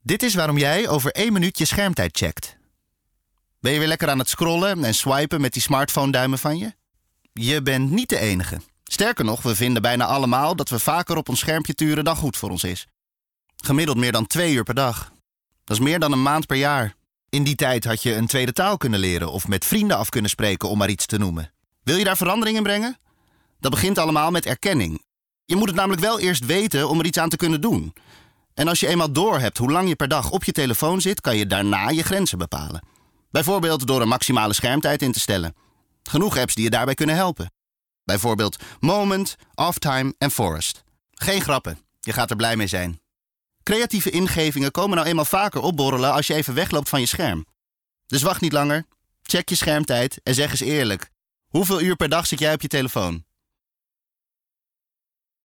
Dit is waarom jij over 1 minuut je schermtijd checkt. Ben je weer lekker aan het scrollen en swipen met die smartphone-duimen van je? Je bent niet de enige. Sterker nog, we vinden bijna allemaal dat we vaker op ons schermpje turen dan goed voor ons is. Gemiddeld meer dan 2 uur per dag. Dat is meer dan een maand per jaar. In die tijd had je een tweede taal kunnen leren of met vrienden af kunnen spreken om maar iets te noemen. Wil je daar verandering in brengen? Dat begint allemaal met erkenning. Je moet het namelijk wel eerst weten om er iets aan te kunnen doen. En als je eenmaal doorhebt hoe lang je per dag op je telefoon zit, kan je daarna je grenzen bepalen. Bijvoorbeeld door een maximale schermtijd in te stellen. Genoeg apps die je daarbij kunnen helpen. Bijvoorbeeld Moment, Offtime en Forest. Geen grappen, je gaat er blij mee zijn. Creatieve ingevingen komen nou eenmaal vaker opborrelen als je even wegloopt van je scherm. Dus wacht niet langer, check je schermtijd en zeg eens eerlijk. Hoeveel uur per dag zit jij op je telefoon?